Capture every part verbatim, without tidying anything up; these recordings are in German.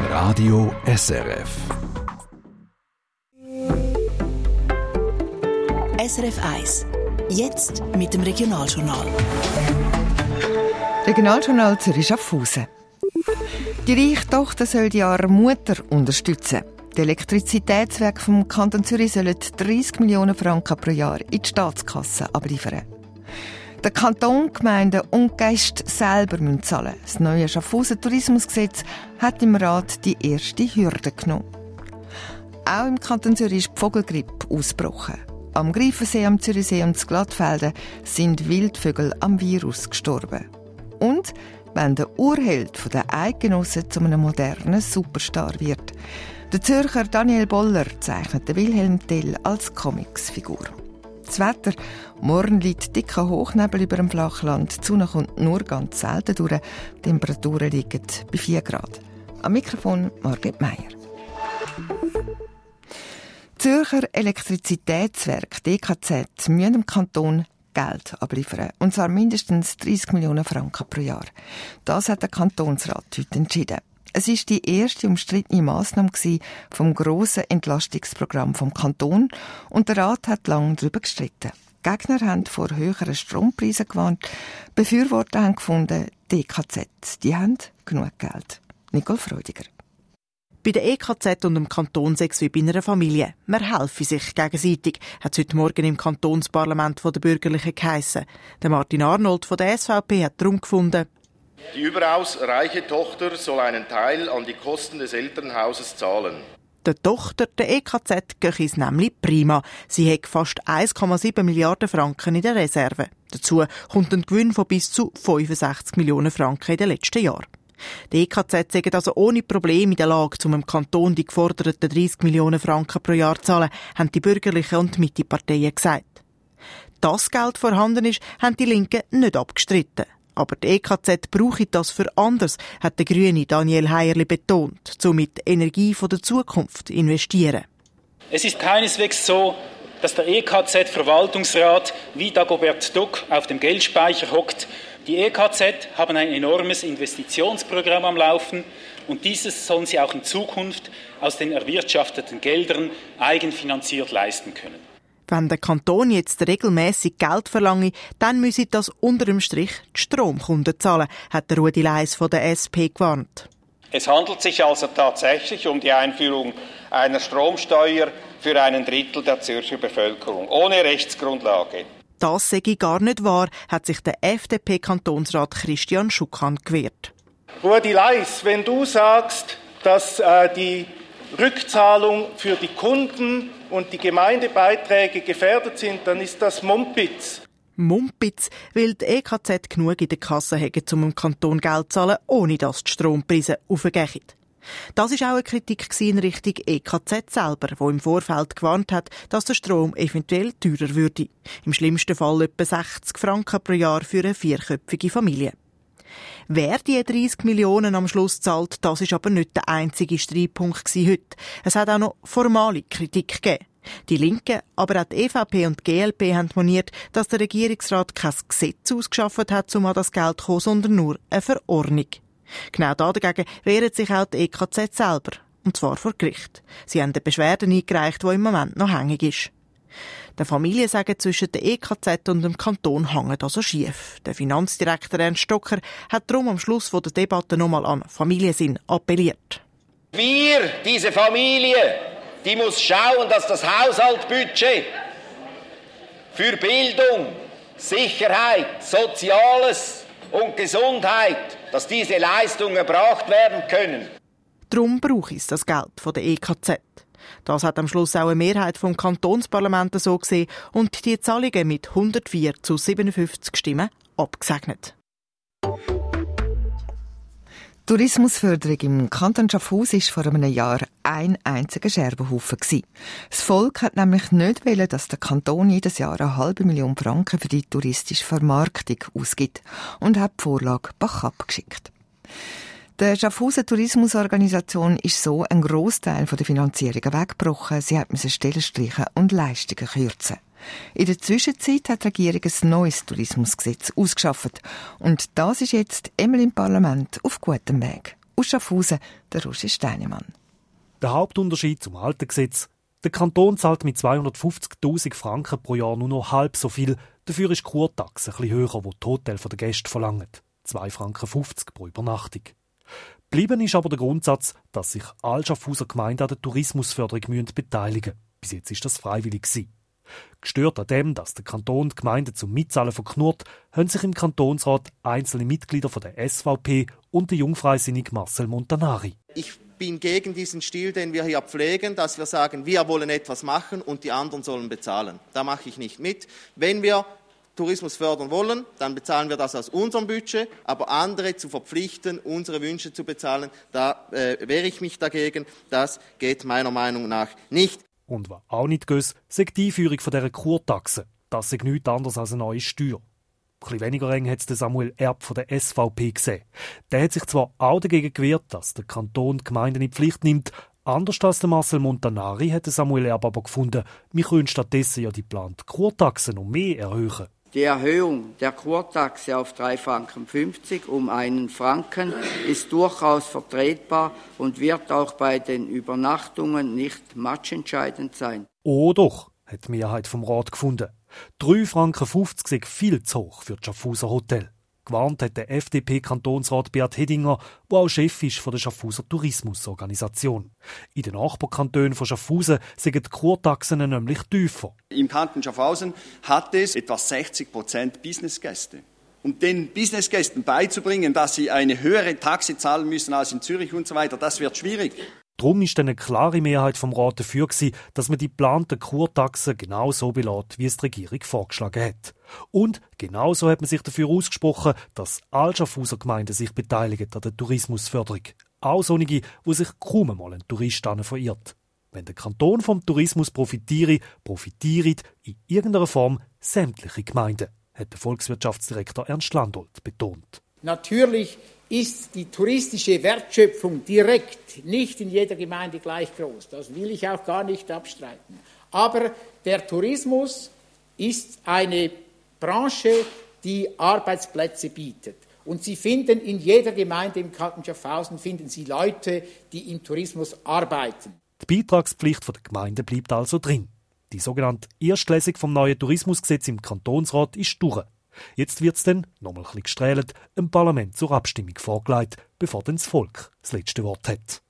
Radio S R F. S R F eins. Jetzt mit dem Regionaljournal. Regionaljournal Zürich-Schaffhausen. Die reiche Tochter soll die arme Mutter unterstützen. Die Elektrizitätswerke vom Kanton Zürich sollen dreissig Millionen Franken pro Jahr in die Staatskasse abliefern. Der Kanton, Gemeinden und Gäste selber müssen zahlen. Das neue Schaffhauser Tourismusgesetz hat im Rat die erste Hürde genommen. Auch im Kanton Zürich ist die Vogelgrippe ausgebrochen. Am Greifensee, am Zürichsee und in Glattfelden sind Wildvögel am Virus gestorben. Und wenn der Urheld der Eidgenossen zu einem modernen Superstar wird. Der Zürcher Daniel Boller zeichnet den Wilhelm Tell als Comicsfigur. Das Wetter: morgen liegt dicker Hochnebel über dem Flachland. Die Sonne kommt nur ganz selten durch. Die Temperaturen liegen bei vier Grad. Am Mikrofon Margret Meier. Die Zürcher Elektrizitätswerke D K Z müssen dem Kanton Geld abliefern, und zwar mindestens dreissig Millionen Franken pro Jahr. Das hat der Kantonsrat heute entschieden. Es war die erste umstrittene Massnahme vom grossen Entlastungsprogramm vom Kanton, und der Rat hat lange darüber gestritten. Die Gegner haben vor höheren Strompreisen gewarnt. Befürworter haben gefunden, die D K Z, die haben genug Geld. Nicole Freudiger. Bei der E K Z und dem Kanton sei es wie bei einer Familie. Man helfe sich gegenseitig, hat es heute Morgen im Kantonsparlament von der Bürgerlichen geheissen. Der Martin Arnold von der S V P hat darum gefunden: Die überaus reiche Tochter soll einen Teil an die Kosten des Elternhauses zahlen. Der Tochter der E K Z geht es nämlich prima. Sie hat fast eins Komma sieben Milliarden Franken in der Reserve. Dazu kommt ein Gewinn von bis zu fünfundsechzig Millionen Franken in den letzten Jahren. Die E K Z sagen also ohne Probleme in der Lage, um dem Kanton die geforderten dreissig Millionen Franken pro Jahr zu zahlen, haben die bürgerlichen und die Mitte-Parteien gesagt. Dass Geld vorhanden ist, haben die Linken nicht abgestritten. Aber die E K Z brauche das für anders, hat der Grüne Daniel Heierli betont, um mit Energie von der Zukunft zu investieren. Es ist keineswegs so, dass der E K Z-Verwaltungsrat wie Dagobert Duck auf dem Geldspeicher hockt. Die E K Z haben ein enormes Investitionsprogramm am Laufen, und dieses sollen sie auch in Zukunft aus den erwirtschafteten Geldern eigenfinanziert leisten können. Wenn der Kanton jetzt regelmässig Geld verlange, dann müsse das unter dem Strich die Stromkunden zahlen, hat der Rudi Leiss von der S P gewarnt. Es handelt sich also tatsächlich um die Einführung einer Stromsteuer für einen Drittel der Zürcher Bevölkerung, ohne Rechtsgrundlage. Das sei gar nicht wahr, hat sich der F D P-Kantonsrat Christian Schukkan gewehrt. Rudi Leiss, wenn du sagst, dass äh, die Rückzahlung für die Kunden und die Gemeindebeiträge gefährdet sind, dann ist das Mumpitz. Mumpitz, weil die E K Z genug in der Kasse haben, um dem Kanton Geld zu zahlen, ohne dass die Strompreise aufgehen. Das war auch eine Kritik in Richtung E K Z selber, wo im Vorfeld gewarnt hat, dass der Strom eventuell teurer würde. Im schlimmsten Fall etwa sechzig Franken pro Jahr für eine vierköpfige Familie. Wer die dreissig Millionen am Schluss zahlt, das ist aber nicht der einzige Streitpunkt heute. Es hat auch noch formale Kritik gegeben. Die Linken, aber auch die E V P und die G L P haben moniert, dass der Regierungsrat kein Gesetz ausgeschafft hat, um an das Geld zu kommen, sondern nur eine Verordnung. Genau dagegen wehren sich auch die E K Z selber, und zwar vor Gericht. Sie haben eine Beschwerde eingereicht, die im Moment noch hängig ist. Die Familien sagen, zwischen der E K Z und dem Kanton hängt also schief. Der Finanzdirektor Ernst Stocker hat darum am Schluss der Debatte nochmal an Familiensinn appelliert. Wir, diese Familie, die muss schauen, dass das Haushaltsbudget für Bildung, Sicherheit, Soziales und Gesundheit, dass diese Leistungen erbracht werden können. Darum braucht es das Geld von der E K Z. Das hat am Schluss auch eine Mehrheit vom Kantonsparlament so gesehen und die Zahlungen mit hundertvier zu siebenundfünfzig Stimmen abgesegnet. Tourismusförderung im Kanton Schaffhausen war vor einem Jahr ein einziger Scherbenhaufen. Das Volk hat nämlich nicht wollen, dass der Kanton jedes Jahr eine halbe Million Franken für die touristische Vermarktung ausgibt und hat die Vorlage bachab geschickt. Der Schaffhauser Tourismusorganisation ist so ein Grossteil der Finanzierung weggebrochen. Sie musste Stellen streichen und Leistungen kürzen. In der Zwischenzeit hat die Regierung ein neues Tourismusgesetz ausgeschafft. Und das ist jetzt einmal im Parlament auf gutem Weg. Aus Schaffhausen, der Roger Steinemann. Der Hauptunterschied zum alten Gesetz: Der Kanton zahlt mit zweihundertfünfzigtausend Franken pro Jahr nur noch halb so viel. Dafür ist die Kurtaxe etwas höher, die die Hotels der Gäste verlangen. zwei Franken fünfzig pro Übernachtung. Bleiben ist aber der Grundsatz, dass sich alle Schaffhauser Gemeinden an der Tourismusförderung beteiligen müssen. Bis jetzt war das freiwillig. Gestört an dem, dass der Kanton die Gemeinden zum Mitzahlen verknurrt, haben sich im Kantonsrat einzelne Mitglieder von der S V P und der Jungfreisinnig Marcel Montanari. Ich bin gegen diesen Stil, den wir hier pflegen, dass wir sagen, wir wollen etwas machen und die anderen sollen bezahlen. Da mache ich nicht mit. Wenn wir Tourismus fördern wollen, dann bezahlen wir das aus unserem Budget, aber andere zu verpflichten, unsere Wünsche zu bezahlen, da äh, wehre ich mich dagegen. Das geht meiner Meinung nach nicht. Und was auch nicht geht, sei die Einführung dieser Kurtaxe. Das sei nichts anderes als eine neue Steuer. Ein bisschen weniger eng hat es Samuel Erb von der S V P gesehen. Der hat sich zwar auch dagegen gewehrt, dass der Kanton die Gemeinden in die Pflicht nimmt. Anders als der Marcel Montanari hat Samuel Erb aber gefunden, wir können stattdessen ja die geplante Kurtaxe noch mehr erhöhen. Die Erhöhung der Kurtaxe auf drei Franken fünfzig um einen Franken ist durchaus vertretbar und wird auch bei den Übernachtungen nicht matchentscheidend sein. Oh doch, hat die Mehrheit vom Rat gefunden. drei Franken fünfzig sind viel zu hoch für das Schaffhauser Hotel. Gewarnt hat der F D P-Kantonsrat Beat Hedinger, der auch Chef ist von der Schaffhauser Tourismusorganisation. In den Nachbarkantonen von Schaffhausen sind die Kurtaxen nämlich tiefer. Im Kanton Schaffhausen hat es etwa sechzig Prozent Businessgäste. Um den Businessgästen beizubringen, dass sie eine höhere Taxe zahlen müssen als in Zürich und so weiter, das wird schwierig. Darum war eine klare Mehrheit vom Rat dafür, dass man die geplanten Kurtaxen genau so belässt, wie es die Regierung vorgeschlagen hat. Und genauso hat man sich dafür ausgesprochen, dass alle Schaffhauser Gemeinden sich beteiligen an der Tourismusförderung. Auch solche, die sich kaum einmal ein Tourist verirrt. Wenn der Kanton vom Tourismus profitiere, profitieren in irgendeiner Form sämtliche Gemeinden, hat der Volkswirtschaftsdirektor Ernst Landolt betont. Natürlich ist die touristische Wertschöpfung direkt nicht in jeder Gemeinde gleich groß. Das will ich auch gar nicht abstreiten. Aber der Tourismus ist eine Branche, die Arbeitsplätze bietet. Und Sie finden in jeder Gemeinde im Kanton Schaffhausen finden Sie Leute, die im Tourismus arbeiten. Die Beitragspflicht der Gemeinden bleibt also drin. Die sogenannte Erstlesung vom neuen Tourismusgesetz im Kantonsrat ist durch. Jetzt wird es dann, nochmal ein bisschen gestrählt, im Parlament zur Abstimmung vorgelegt, bevor dann das Volk das letzte Wort hat.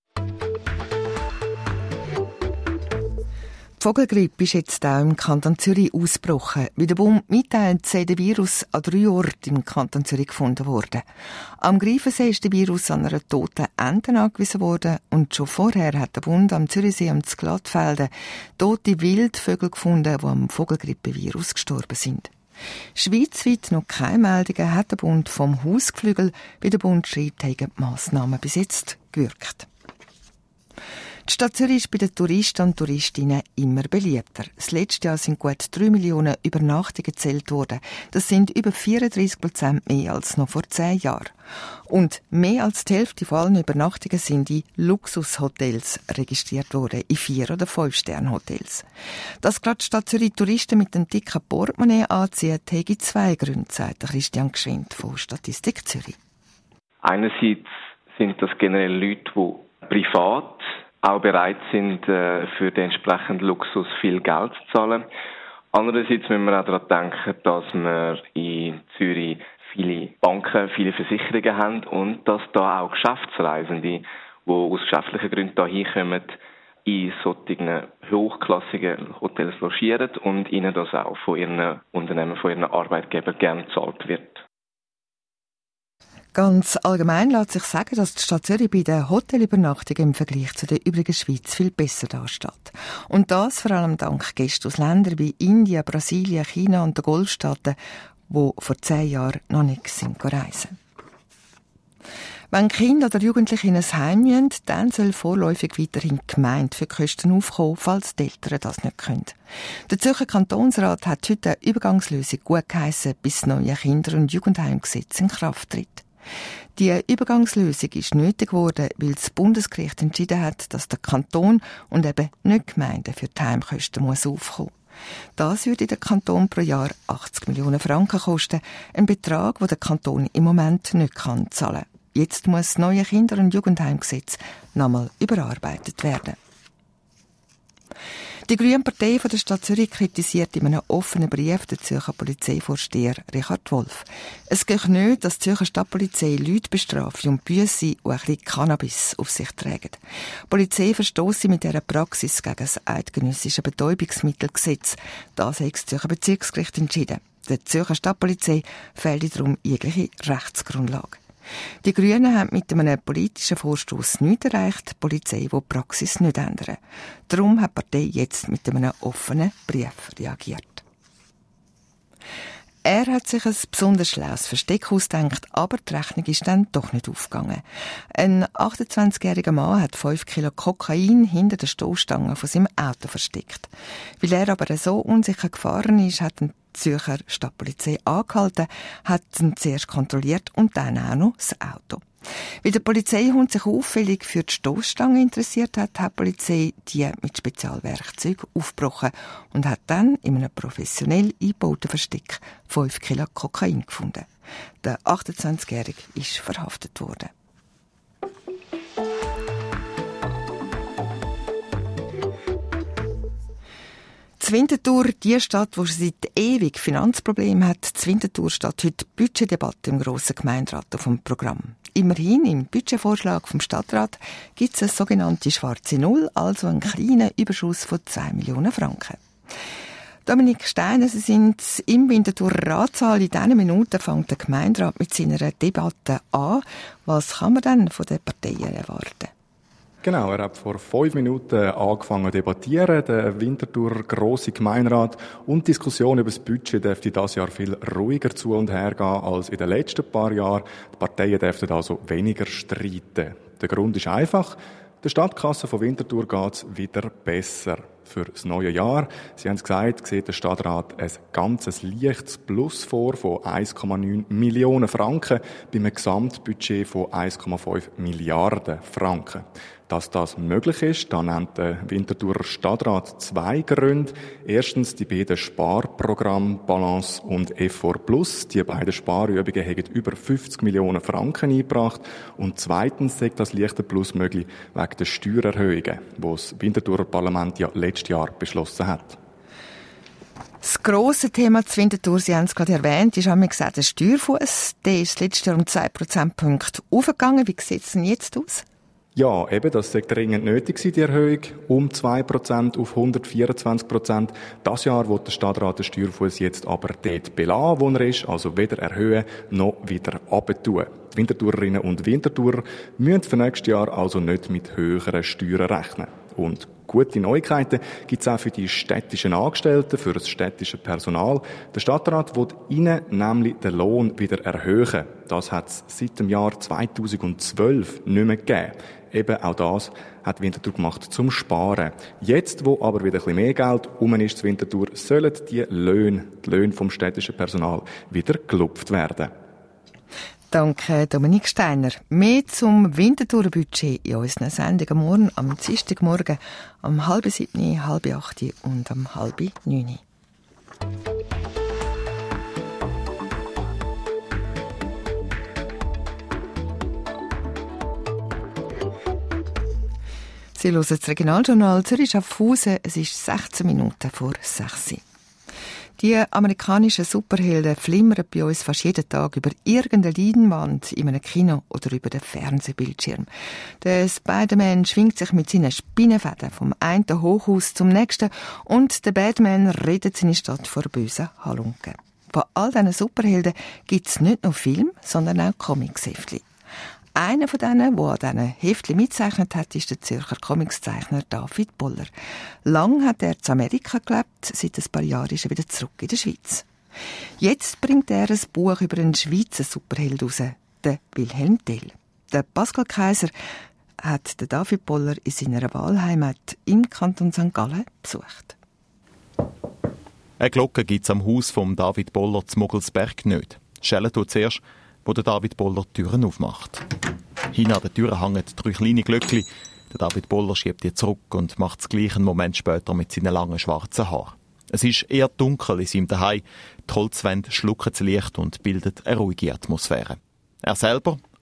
Die Vogelgrippe ist jetzt auch im Kanton Zürich ausgebrochen. Wie der Bund mitteilt, sei der Virus an drei Orten im Kanton Zürich gefunden worden. Am Greifensee ist der Virus an einer toten Ente angewiesen worden und schon vorher hat der Bund am Zürichsee und zu Glattfelden tote Wildvögel gefunden, die am Vogelgrippevirus gestorben sind. Schweizweit noch keine Meldungen hat der Bund vom Hausgeflügel, wie der Bund schreibt, haben die Massnahmen bis jetzt gewirkt. Die Stadt Zürich ist bei den Touristen und Touristinnen immer beliebter. Das letzte Jahr sind gut drei Millionen Übernachtungen gezählt worden. Das sind über vierunddreissig Prozent mehr als noch vor zehn Jahren. Und mehr als die Hälfte von allen Übernachtungen sind in Luxushotels registriert worden, in Vier- oder Fünf-Sterne-Hotels. Dass gerade die Stadt Zürich Touristen mit einem dicken Portemonnaie anzieht, habe zwei Gründe, sagt Christian Gschwind von Statistik Zürich. Einerseits sind das generell Leute, die privat auch bereit sind, für den entsprechenden Luxus viel Geld zu zahlen. Andererseits müssen wir auch daran denken, dass wir in Zürich viele Banken, viele Versicherungen haben und dass da auch Geschäftsreisende, die aus geschäftlichen Gründen hier hinkommen, in solchen hochklassigen Hotels logieren und ihnen das auch von ihren Unternehmen, von ihren Arbeitgebern gern gezahlt wird. Ganz allgemein lässt sich sagen, dass die Stadt Zürich bei den Hotelübernachtungen im Vergleich zu der übrigen Schweiz viel besser dasteht. Und das vor allem dank Gästen aus Ländern wie Indien, Brasilien, China und den Golfstaaten, die vor zehn Jahren noch nicht sind reisen. Wenn Kinder oder Jugendliche in ein Heim müssen, dann soll vorläufig weiterhin die Gemeinde für die Kosten aufkommen, falls die Eltern das nicht können. Der Zürcher Kantonsrat hat heute eine Übergangslösung gutgeheissen, bis das neue Kinder- und Jugendheimgesetz in Kraft tritt. Die Übergangslösung ist nötig geworden, weil das Bundesgericht entschieden hat, dass der Kanton und eben nicht die Gemeinden für die Heimkosten muss aufkommen. Das würde der Kanton pro Jahr achtzig Millionen Franken kosten, ein Betrag, den der Kanton im Moment nicht kann zahlen kann. Jetzt muss das neue Kinder- und Jugendheimgesetz nochmal überarbeitet werden. Die Grüne Partei von der Stadt Zürich kritisiert in einem offenen Brief den Zürcher Polizeivorsteher Richard Wolf. Es geht nicht, dass die Zürcher Stadtpolizei Leute bestrafe und Büsse und ein bisschen Cannabis auf sich tragen. Die Polizei verstosse mit dieser Praxis gegen das eidgenössische Betäubungsmittelgesetz. Das hat das Zürcher Bezirksgericht entschieden. Der Zürcher Stadtpolizei fehlt darum jegliche Rechtsgrundlage. Die Grünen haben mit einem politischen Vorstoss nichts erreicht, die Polizei will die Praxis nicht ändern. Darum hat die Partei jetzt mit einem offenen Brief reagiert. Er hat sich ein besonders schlaues Versteck ausgedacht, aber die Rechnung ist dann doch nicht aufgegangen. Ein achtundzwanzigjähriger Mann hat fünf Kilo Kokain hinter der Stoßstange von seinem Auto versteckt. Weil er aber so unsicher gefahren ist, hat die Zürcher Stadtpolizei angehalten, hat ihn zuerst kontrolliert und dann auch noch das Auto. Weil der Polizeihund sich auffällig für die Stoßstange interessiert hat, hat die Polizei die mit Spezialwerkzeugen aufgebrochen und hat dann in einem professionell eingebauten Versteck fünf Kilo Kokain gefunden. Der achtundzwanzigjährige ist verhaftet worden. Winterthur, die Stadt, die seit ewig Finanzprobleme hat, Winterthur steht heute Budgetdebatte im grossen Gemeinderat auf dem Programm. Immerhin im Budgetvorschlag vom Stadtrat gibt es eine sogenannte schwarze Null, also einen kleinen Überschuss von zwei Millionen Franken. Dominik Steiner, Sie sind im Winterthurer Ratssaal. In diesen Minuten fängt der Gemeinderat mit seiner Debatte an. Was kann man denn von den Parteien erwarten? Genau, er hat vor fünf Minuten angefangen zu debattieren, der Winterthur grosse Gemeinderat, und die Diskussion über das Budget dürfte dieses Jahr viel ruhiger zu und her gehen als in den letzten paar Jahren. Die Parteien dürften also weniger streiten. Der Grund ist einfach: der Stadtkasse von Winterthur geht es wieder besser. Für das neue Jahr, Sie haben es gesagt, sieht der Stadtrat ein ganzes leichtes Plus vor von eins Komma neun Millionen Franken bei einem Gesamtbudget von eins Komma fünf Milliarden Franken. Dass das möglich ist, da nennt der Winterthurer Stadtrat zwei Gründe. Erstens die beiden Sparprogramme Balance und Effort Plus. Die beiden Sparübungen haben über fünfzig Millionen Franken eingebracht. Und zweitens ist das leichte Plus möglich wegen der Steuererhöhungen, die das Winterthurer Parlament ja letztes Jahr beschlossen hat. Das grosse Thema zu Winterthur, Sie haben es gerade erwähnt, ist einmal gesagt, der Steuerfuss. Der ist letztes Jahr um zwei Prozentpunkte aufgegangen. Wie sieht es denn jetzt aus? Ja, eben, das sei dringend nötig gewesen, die Erhöhung um zwei Prozent auf hundertvierundzwanzig Prozent. Das Jahr will der Stadtrat den Steuerfuss jetzt aber dort belassen, wo er ist, also weder erhöhen noch wieder runtertun. Die Winterthurerinnen und Winterthurer müssen für nächstes Jahr also nicht mit höheren Steuern rechnen. Und gute Neuigkeiten gibt es auch für die städtischen Angestellten, für das städtische Personal. Der Stadtrat will ihnen nämlich den Lohn wieder erhöhen. Das hat es seit dem Jahr zweitausendzwölf nicht mehr gegeben. Eben auch das hat Winterthur gemacht zum Sparen. Jetzt, wo aber wieder ein bisschen mehr Geld rum ist zu Winterthur, sollen die Löhne, die Löhne vom städtischen Personal wieder gelupft werden. Danke, Dominik Steiner. Mehr zum Winterthurer Budget in unseren Sendungen morgen am Dienstagmorgen um halb sieben, halb acht und um halb neun. Sie hören das Regionaljournal Zürich-Schaffhausen. Es ist sechzehn Minuten vor sechs. Die amerikanischen Superhelden flimmern bei uns fast jeden Tag über irgendeine Leinwand in einem Kino oder über den Fernsehbildschirm. Der Spider-Man schwingt sich mit seinen Spinnenfäden vom einen Hochhaus zum nächsten und der Batman rettet seine Stadt vor bösen Halunken. Von all diesen Superhelden gibt es nicht nur Film, sondern auch Comics-Heftchen. Einer von denen, der an diesen Heftchen mitgezeichnet hat, ist der Zürcher Comicszeichner David Boller. Lang hat er in Amerika gelebt, seit ein paar Jahren ist er wieder zurück in der Schweiz. Jetzt bringt er ein Buch über einen Schweizer Superheld raus, den Wilhelm Tell. Der Pascal Kaiser hat den David Boller in seiner Wahlheimat im Kanton Sankt Gallen besucht. Eine Glocke gibt es am Haus von David Boller zu Muggelsberg nicht. Schellen tut zuerst, wo der David Boller die Türen aufmacht. Hinten an den Türen hängen drei kleine Glöckchen. Der David Boller schiebt die zurück und macht es gleich einen Moment später mit seinen langen schwarzen Haaren. Es ist eher dunkel in seinem Zuhause. Die Holzwände schlucken das Licht und bilden eine ruhige Atmosphäre. Er selber,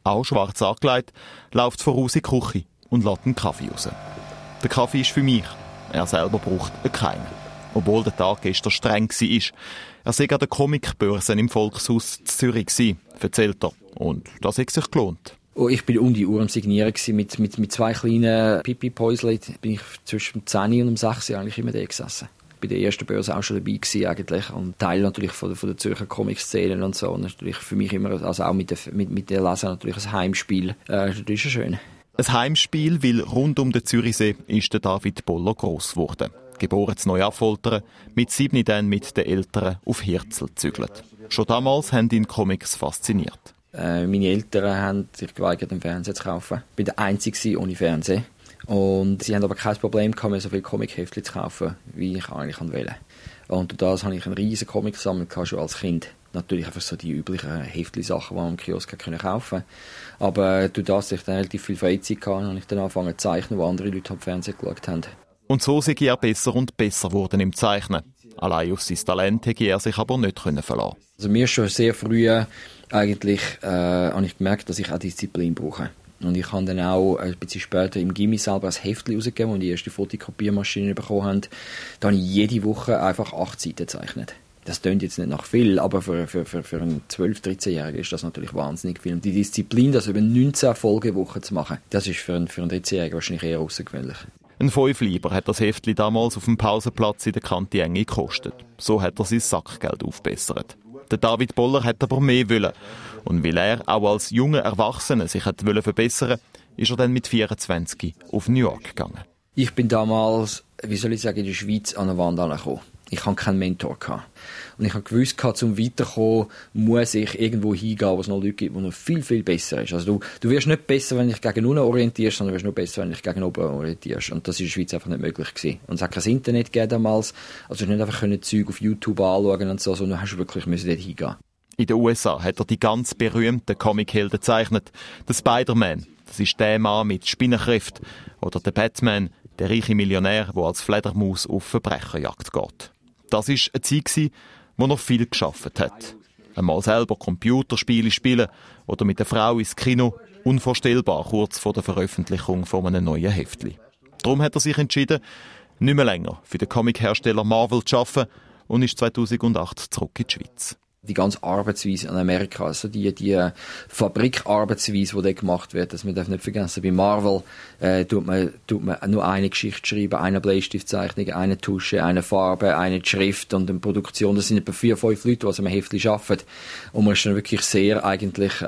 auch schwarz angelegt, läuft voraus in die Küche und lässt einen Kaffee raus. Der Kaffee ist für mich. Er selber braucht keinen. Obwohl der Tag gestern streng war. Er sei an der Comicbörse im Volkshaus in Zürich gewesen, erzählt er. Und das hat sich gelohnt. Oh, ich bin um die Uhr am Signieren gewesen, mit, mit, mit zwei kleinen Pipi-Päuschen. Bin ich zwischen dem zehn und dem sechs eigentlich immer da gesessen. Bei der ersten Börse auch schon dabei gewesen, eigentlich. Und Teil natürlich von, von der Zürcher Comic-Szene und so. Und natürlich für mich immer, also auch mit der, mit, mit der Leser natürlich ein Heimspiel. Äh, das ist ja schön. Ein Heimspiel, weil rund um den Zürichsee ist der David Boller gross geworden. Geboren zu Neuaffoltern, mit sieben dann mit den Eltern auf Hirzel gezügelt. Schon damals haben ihn Comics fasziniert. Äh, meine Eltern haben sich geweigert, einen Fernseher zu kaufen. Ich war der Einzige ohne Fernsehen. Und sie haben aber kein Problem gehabt, mir so viele Comic-Heftchen zu kaufen, wie ich eigentlich wollte. Und durch das hatte ich einen riesen Comic-Sammel schon als Kind. Natürlich einfach so die üblichen Heftli-Sachen, die man im Kiosk kaufen konnte. Aber durch das, dass ich dann relativ viel Freizeit hatte, habe ich dann angefangen zu zeichnen, wo andere Leute am Fernsehen geschaut haben. Und so sei er besser und besser geworden im Zeichnen. Allein auf sein Talent hätte er sich aber nicht verlassen können. Also mir schon sehr früh eigentlich äh, habe ich gemerkt, dass ich auch Disziplin brauche. Und ich habe dann auch ein bisschen später im Gimmi selber ein Heftchen rausgegeben, und die erste Fotokopiermaschine bekommen haben. Da habe ich jede Woche einfach acht Seiten gezeichnet. Das klingt jetzt nicht nach viel, aber für, für, für, für einen zwölf-, dreizehnjährigen ist das natürlich wahnsinnig viel. Und die Disziplin, das über neunzehn Folgewochen zu machen, das ist für einen, für einen dreizehnjährigen wahrscheinlich eher außergewöhnlich. Ein Fünfliber hat das Heftchen damals auf dem Pausenplatz in der Kante Enge gekostet. So hat er sein Sackgeld aufbessert. Der David Boller hat aber mehr wollen. Und weil er auch als junger Erwachsener sich hat wollen verbessern, ist er dann mit vierundzwanzig auf New York gegangen. Ich bin damals, wie soll ich sagen, in der Schweiz an der Wand angekommen. Ich hatte keinen Mentor. Und ich habe gewusst, zum Weiterkommen muss ich irgendwo hingehen, wo es noch Leute gibt, die noch viel, viel besser ist. Also du, du wirst nicht besser, wenn du dich gegen unten orientierst, sondern du wirst nur besser, wenn du dich gegen oben orientierst. Und das ist in der Schweiz einfach nicht möglich gewesen. Und es hat kein Internet gegeben damals. Also du hast nicht einfach können Zeug auf YouTube anschauen und so, sondern du hast wirklich müssen dort hingehen. In den U S A hat er die ganz berühmten Comichelden gezeichnet. Der Spider-Man, das ist der Mann mit Spinnenkräften. Oder der Batman, der reiche Millionär, der als Fledermaus auf Verbrecherjagd geht. Das war eine Zeit, in der er viel gearbeitet hat. Einmal selber Computerspiele spielen oder mit der Frau ins Kino. Unvorstellbar kurz vor der Veröffentlichung von einem neuen Heftli. Darum hat er sich entschieden, nicht mehr länger für den Comichersteller Marvel zu arbeiten und ist zweitausendacht zurück in die Schweiz. Die ganze Arbeitsweise in Amerika, also die, die Fabrikarbeitsweise, die dort gemacht wird, das man darf nicht vergessen. Bei Marvel äh, tut, man, tut man nur eine Geschichte schreiben, eine Bleistiftzeichnung, eine Tusche, eine Farbe, eine Schrift und eine Produktion. Das sind etwa vier, fünf Leute, die an einem Heftli arbeiten. Und man ist dann wirklich sehr eigentlich äh,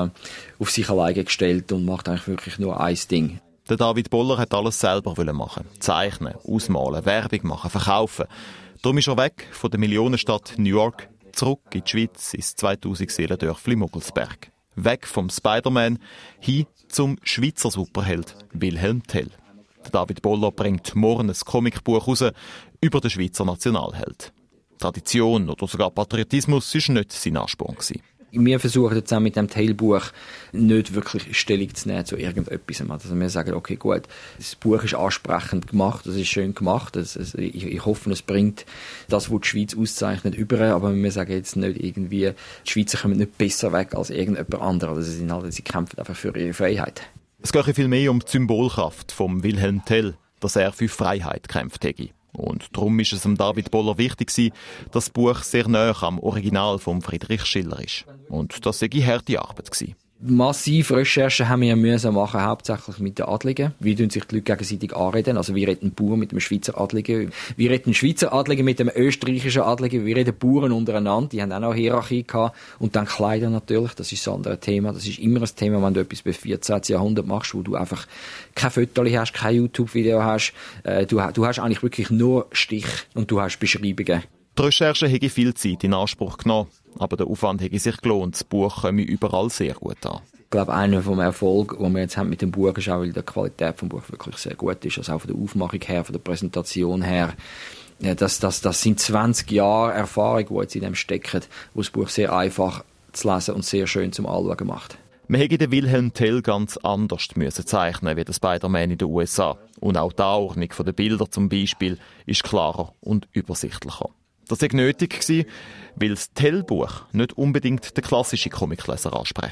auf sich alleine gestellt und macht eigentlich wirklich nur ein Ding. Der David Boller hat alles selber machen. Zeichnen, ausmalen, Werbung machen, verkaufen. Darum ist er weg von der Millionenstadt New York, zurück in die Schweiz, ins zweitausend Seelendörfli Muggelsberg. Weg vom Spider-Man, hin zum Schweizer Superheld Wilhelm Tell. Der David Boller bringt morgen ein Comicbuch raus über den Schweizer Nationalheld. Tradition oder sogar Patriotismus war nicht sein Ansporn gewesen. Wir versuchen jetzt auch mit dem Tell-Buch nicht wirklich Stellung zu nehmen zu irgendetwas. Also wir sagen, okay, gut, das Buch ist ansprechend gemacht, das ist schön gemacht. Das, das, ich, ich hoffe, es bringt das, was die Schweiz auszeichnet, über. Aber wir sagen jetzt nicht irgendwie, die Schweizer kommen nicht besser weg als irgendjemand anderes. Also sie, sind alle, sie kämpfen einfach für ihre Freiheit. Es geht viel mehr um die Symbolkraft von Wilhelm Tell, dass er für Freiheit gekämpft hätte. Und darum ist es dem David Boller wichtig gewesen, dass das Buch sehr nahe am Original von Friedrich Schiller ist. Und das sei harte Arbeit gewesen. Massiv Recherchen haben wir müssen machen, hauptsächlich mit den Adligen. Wie tun sich die Leute gegenseitig anreden? Also wie redet ein Bauer mit dem Schweizer Adligen? Wie redet ein Schweizer Adligen mit dem österreichischen Adligen? Wie reden Bauern untereinander? Die haben auch noch Hierarchie gehabt. Und dann Kleider natürlich, das ist das andere Thema. Das ist immer ein Thema, wenn du etwas bis vierzehnten Jahrhundert machst, wo du einfach kein Foto hast, kein YouTube-Video hast. Du, du hast eigentlich wirklich nur Stich und du hast Beschreibungen. Die Recherche hätte viel Zeit in Anspruch genommen, aber der Aufwand hätte sich gelohnt. Das Buch komme überall sehr gut an. Ich glaube, einer vom Erfolg, den wir jetzt haben mit dem Buch, ist auch, weil die Qualität des Buches wirklich sehr gut ist. Also auch von der Aufmachung her, von der Präsentation her. Ja, das, das, das sind zwanzig Jahre Erfahrung, die jetzt in dem stecken, wo das Buch sehr einfach zu lesen und sehr schön zum Anschauen macht. Man hätte den Wilhelm Tell ganz anders müssen zeichnen wie der Spider-Man in den U S A. Und auch die Anordnung der Bilder zum Beispiel ist klarer und übersichtlicher. Das war nötig, weil das Tell-Buch nicht unbedingt den klassischen Comicleser anspreche.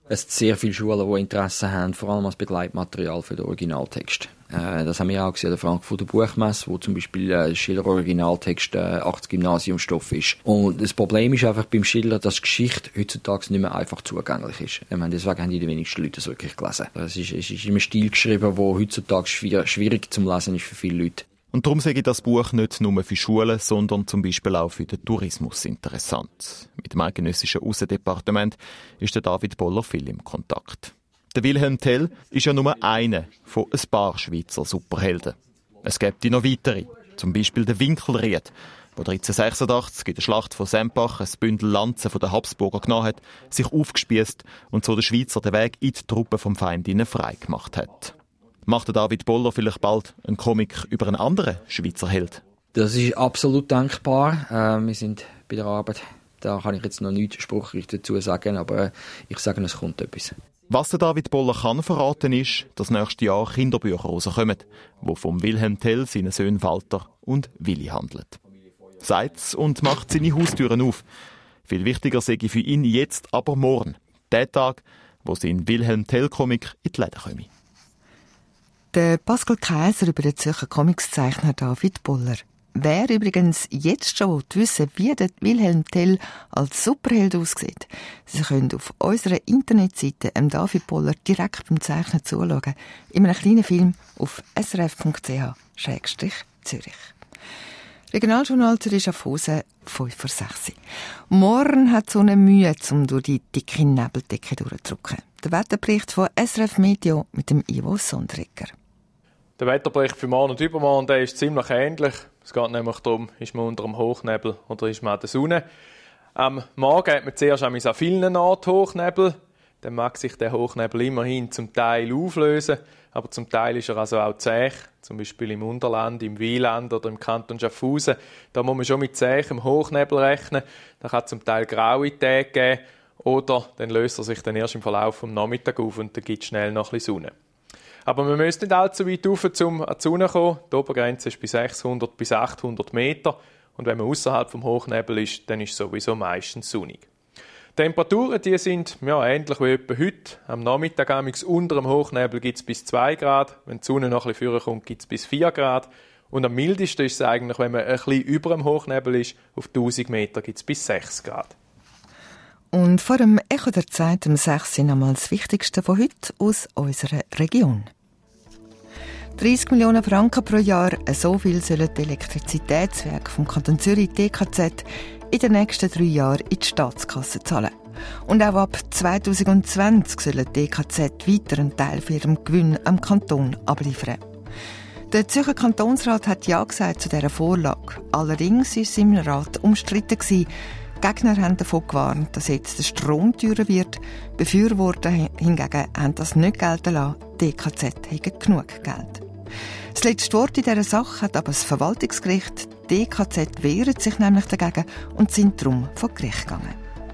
Es gibt sehr viele Schulen, die Interesse haben, vor allem als Begleitmaterial für den Originaltext. Äh, das haben wir auch gesehen an der Frankfurter Buchmesse, wo zum Beispiel äh, Schiller Originaltext äh, acht Gymnasiumstoff ist. Und das Problem ist einfach beim Schiller, dass Geschichte heutzutage nicht mehr einfach zugänglich ist. Ich meine, deswegen haben die wenigsten Leute das wirklich gelesen. Es ist, es ist in einem Stil geschrieben, der heutzutage schwierig, schwierig zum Lesen ist für viele Leute. Und darum sehe ich das Buch nicht nur für Schulen, sondern zum Beispiel auch für den Tourismus interessant. Mit dem eidgenössischen Aussendepartement ist der David Boller viel im Kontakt. Der Wilhelm Tell ist ja nur einer von ein paar Schweizer Superhelden. Es gibt noch weitere, zum Beispiel den Winkelried, der dreizehnhundertsechsundachtzig in der Schlacht von Sempach ein Bündel Lanzen von den Habsburger genommen hat, sich aufgespießt und so den Schweizer den Weg in die Truppen vom Feind frei gemacht hat. Macht der David Boller vielleicht bald einen Comic über einen anderen Schweizer Held? Das ist absolut denkbar. Äh, wir sind bei der Arbeit. Da kann ich jetzt noch nichts spruchreich dazu sagen, aber ich sage, es kommt etwas. Was der David Boller kann verraten ist, dass nächstes Jahr Kinderbücher rauskommen, die vom Wilhelm Tell, seinen Söhnen Walter und Willi handeln. Sagt's und macht seine Haustüren auf. Viel wichtiger sehe ich für ihn jetzt aber morgen. Der Tag, wo sein Wilhelm Tell-Comic in die Läden kommt. Der Pascal Kaiser über den Zürcher Comicszeichner David Boller. Wer übrigens jetzt schon wissen will, wie der Wilhelm Tell als Superheld aussieht, Sie können auf unserer Internetseite dem David Boller direkt beim Zeichnen zuschauen, in einem kleinen Film auf s r f punkt c h schrägstrich zürich. Regionaljournal Zürich Schaffhausen, fünf vor sechs. Morgen hat die Sonne Mühe, um durch die dicke Nebeldecke durchzudrücken. Der Wetterbericht von S R F Meteo mit dem Ivo Sondrecker. Der Wetterbericht für morgen und übermorgen der ist ziemlich ähnlich. Es geht nämlich darum, ist man unter dem Hochnebel oder ist man an der Sonne. Am Morgen hat man zuerst an vielen Orten Hochnebel. Dann mag sich der Hochnebel immerhin zum Teil auflösen, aber zum Teil ist er also auch zäh, zum Beispiel im Unterland, im Wieland oder im Kanton Schaffhausen. Da muss man schon mit zähem Hochnebel rechnen. Da kann es zum Teil graue Tage geben oder dann löst er sich dann erst im Verlauf des Nachmittags auf und dann gibt es schnell noch ein bisschen Sonne. Aber man müsste nicht allzu weit rauf, um an die Sonne zu kommen. Die Obergrenze ist bei sechshundert bis achthundert Meter. Und wenn man außerhalb vom Hochnebel ist, dann ist es sowieso meistens sonnig. Die Temperaturen die sind ja, ähnlich wie etwa heute. Am Nachmittag unter dem Hochnebel gibt es bis zwei Grad. Wenn die Sonne noch ein bisschen früher kommt, gibt es bis vier Grad. Und am mildesten ist es eigentlich, wenn man ein bisschen über dem Hochnebel ist. Auf tausend Meter gibt es bis sechs Grad. Und vor dem Echo der Zeit um sechs sind einmal das Wichtigste von heute aus unserer Region. dreissig Millionen Franken pro Jahr, so viel sollen die Elektrizitätswerke vom Kanton Zürich D K Z in den nächsten drei Jahren in die Staatskasse zahlen. Und auch ab zwanzig zwanzig sollen die D K Z weiter einen Teil von ihrem Gewinn am Kanton abliefern. Der Zürcher Kantonsrat hat Ja gesagt zu dieser Vorlage. Allerdings war es im Rat umstritten. Die Gegner haben davon gewarnt, dass jetzt der Strom teurer wird. Befürworter hingegen haben das nicht gelten lassen. Die D K Z hätten genug Geld. Das letzte Wort in dieser Sache hat aber das Verwaltungsgericht. Die D K Z wehren sich nämlich dagegen und sind darum vor Gericht gegangen.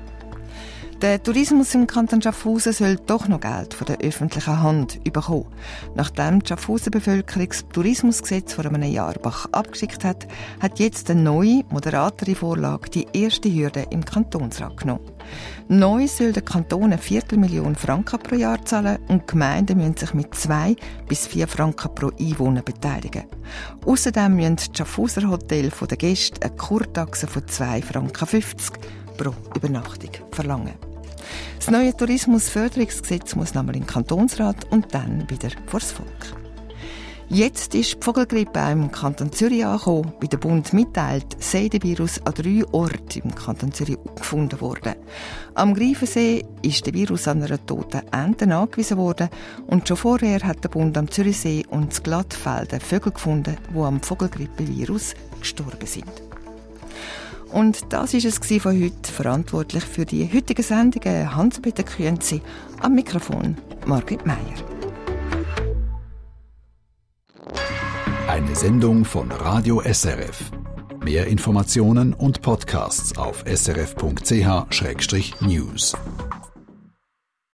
Der Tourismus im Kanton Schaffhausen soll doch noch Geld von der öffentlichen Hand bekommen. Nachdem die Schaffhauser Bevölkerung das Tourismusgesetz vor einem Jahr Bach abgeschickt hat, hat jetzt eine neue, moderatere Vorlage die erste Hürde im Kantonsrat genommen. Neu soll der Kanton eine Viertelmillion Franken pro Jahr zahlen und die Gemeinden müssen sich mit zwei bis vier Franken pro Einwohner beteiligen. Außerdem müssen die Schaffhauser Hotels von den Gästen eine Kurtaxe von zwei Franken fünfzig pro Übernachtung verlangen. Das neue Tourismusförderungsgesetz muss nochmal in den Kantonsrat und dann wieder vors Volk. Jetzt ist die Vogelgrippe auch im Kanton Zürich angekommen. Bei der Bund mitteilt, sei der Virus an drei Orten im Kanton Zürich gefunden worden. Am Greifensee ist der Virus an einer toten Ente nachgewiesen worden und schon vorher hat der Bund am Zürichsee und das Glattfelden Vögel gefunden, die am Vogelgrippevirus gestorben sind. Und das war es von heute. Verantwortlich für die heutigen Sendungen Hans-Peter Künzi, am Mikrofon Margrit Meier. Eine Sendung von Radio S R F. Mehr Informationen und Podcasts auf s r f punkt c h schrägstrich news.